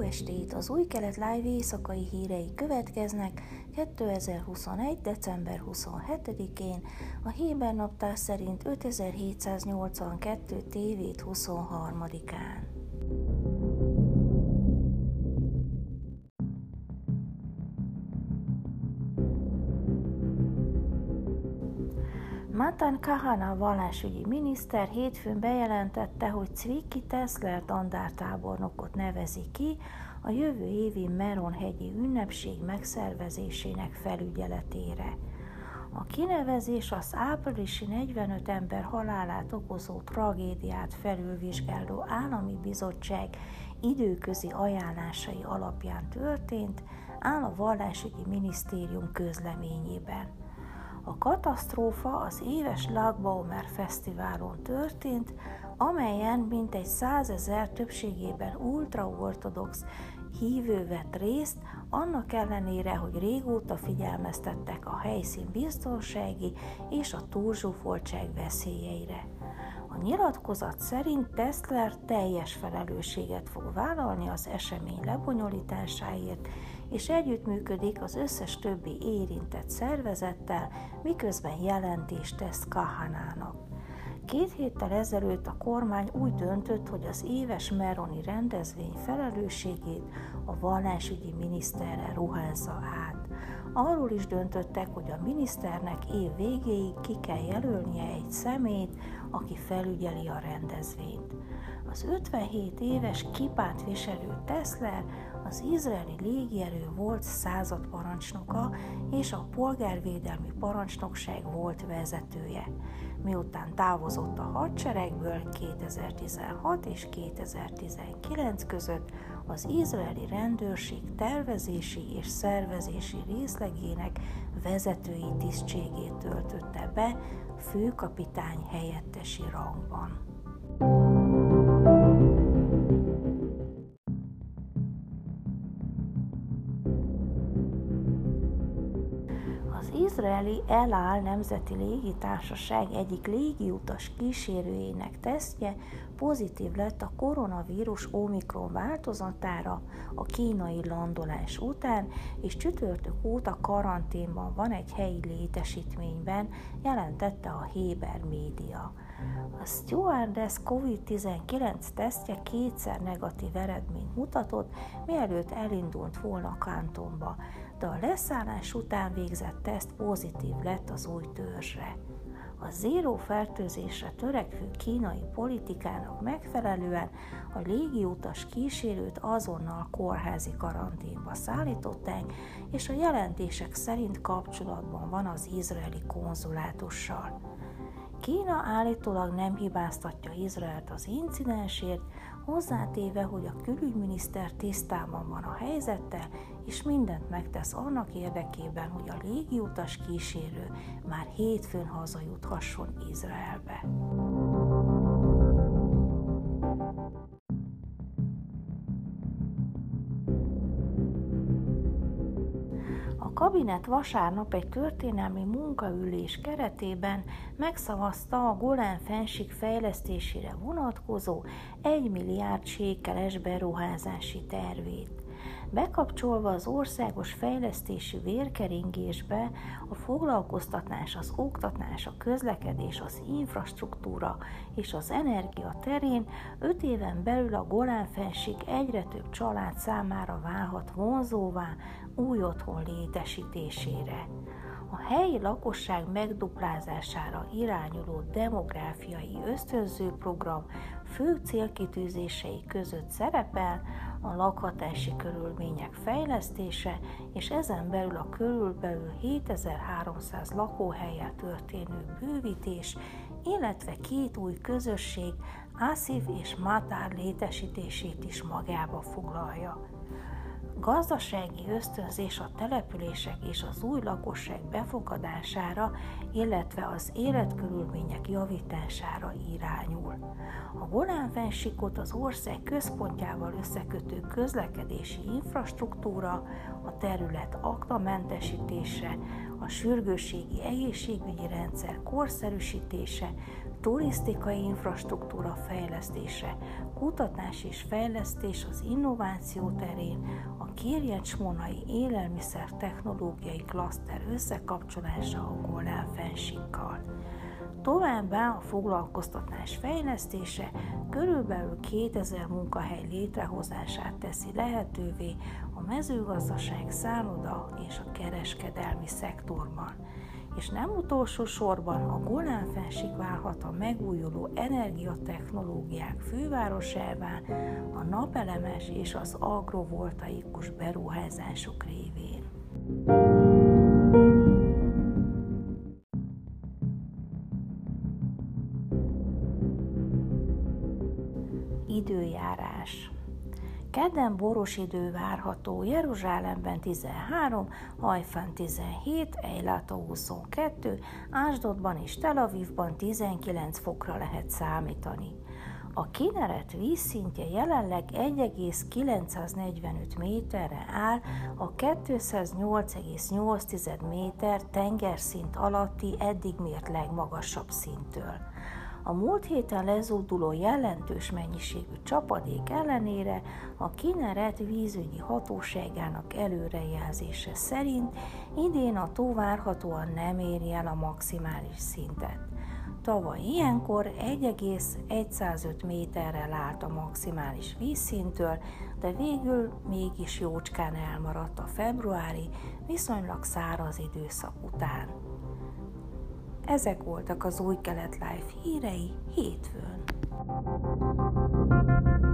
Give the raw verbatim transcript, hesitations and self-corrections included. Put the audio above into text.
estét! Az Új Kelet Live éjszakai hírei következnek kétezer-huszonegy. december huszonhetedikén, a héber naptár szerint ötezer-hétszáznyolcvankettő tévét huszonharmadikán. Matan Kahana vallásügyi miniszter hétfőn bejelentette, hogy Tzviki Teszler dandártábornokot nevezi ki a jövő évi Meron-hegyi ünnepség megszervezésének felügyeletére. A kinevezés az áprilisi negyvenöt ember halálát okozó tragédiát felülvizsgáló állami bizottság időközi ajánlásai alapján történt, áll a vallásügyi minisztérium közleményében. A katasztrófa az éves Lag Ba'omer fesztiválon történt, amelyen mintegy százezer többségében ultraortodox hívő vett részt, annak ellenére, hogy régóta figyelmeztettek a helyszín biztonsági és a túlzsúfoltság veszélyeire. A nyilatkozat szerint Teszler teljes felelősséget fog vállalni az esemény lebonyolításáért, és együttműködik az összes többi érintett szervezettel, miközben jelentést tesz Kahanának. Két héttel ezelőtt a kormány úgy döntött, hogy az éves meroni rendezvény felelősségét a vallásügyi miniszterre ruházza át. Arról is döntöttek, hogy a miniszternek év végéig ki kell jelölnie egy személyt, aki felügyeli a rendezvényt. Az ötvenhét éves kipát viselő Teszler az izraeli légierő volt századparancsnoka és a polgárvédelmi parancsnokság volt vezetője. Miután távozott a hadseregből kétezer-tizenhat és kétezer-tizenkilenc között, az izraeli rendőrség tervezési és szervezési részlegének vezetői tisztségét töltötte be főkapitány helyettesi rangban. Az izraeli El Al Nemzeti Légitársaság egyik légiutas kísérőjének tesztje pozitív lett a koronavírus omikron változatára a kínai landolás után, és csütörtök óta karanténban van egy helyi létesítményben, jelentette a Héber média. A stewardess kovid tizenkilenc tesztje kétszer negatív eredményt mutatott, mielőtt elindult volna Kantonba, de a leszállás után végzett teszt pozitív lett az új törzsre. A zéró fertőzésre törekvő kínai politikának megfelelően a légiutas kísérőt azonnal kórházi karanténba szállították, és a jelentések szerint kapcsolatban van az izraeli konzulátussal. Kína állítólag nem hibáztatja Izraelt az incidensért, hozzátéve, hogy a külügyminiszter tisztában van a helyzettel, és mindent megtesz annak érdekében, hogy a légiutas kísérő már hétfőn hazajuthasson Izraelbe. A kabinet vasárnap egy történelmi munkaülés keretében megszavazta a Golán-fennsík fejlesztésére vonatkozó egy milliárd sékeles beruházási tervét. Bekapcsolva az országos fejlesztési vérkeringésbe a foglalkoztatás, az oktatás, a közlekedés, az infrastruktúra és az energia terén öt éven belül a Golán-fennsík egyre több család számára válhat vonzóvá új otthon létesítésére. A helyi lakosság megduplázására irányuló demográfiai ösztönző program fő célkitűzései között szerepel a lakhatási körülmények fejlesztése, és ezen belül a körülbelül hétezer-háromszáz lakóhellyel történő bővítés, illetve két új közösség, Aszif és Matár létesítését is magába foglalja. Gazdasági ösztönzés a települések és az új lakosság befogadására, illetve az életkörülmények javítására irányul. A Golán-fennsíkot az ország központjával összekötő közlekedési infrastruktúra, a terület aknamentesítése, a sürgősségi egészségügyi rendszer korszerűsítése, turisztikai infrastruktúra fejlesztése, kutatás és fejlesztés az innováció terén, a Kirjecsmonai élelmiszer technológiai klaszter összekapcsolása a Golán-fennsíkkal. Továbbá a foglalkoztatás fejlesztése körülbelül kétezer munkahely létrehozását teszi lehetővé a mezőgazdaság, szálloda és a kereskedelmi szektorban. És nem utolsó sorban a Golán-fennsík válhat a megújuló energiatechnológiák fővárosává a napelemes és az agrovoltaikus beruházások révén. Időjárás. Kedden boros idő várható, Jeruzsálemben tizenhárom, Hajfán tizenhét, Ejlátó huszonkettő, Ásdodban és Tel Avivban tizenkilenc fokra lehet számítani. A Kineret vízszintje jelenleg egy egész kilencszáznegyvenöt méterre áll a kétszáznyolc egész nyolc méter tengerszint alatti eddig mért legmagasabb szinttől. A múlt héten lezúduló jelentős mennyiségű csapadék ellenére a Kineret vízügyi hatóságának előrejelzése szerint idén a tó várhatóan nem éri el a maximális szintet. Tavaly ilyenkor egy egész százöt méterrel állt a maximális vízszinttől, de végül mégis jócskán elmaradt a februári, viszonylag száraz időszak után. Ezek voltak az Új Kelet Live hírei hétfőn.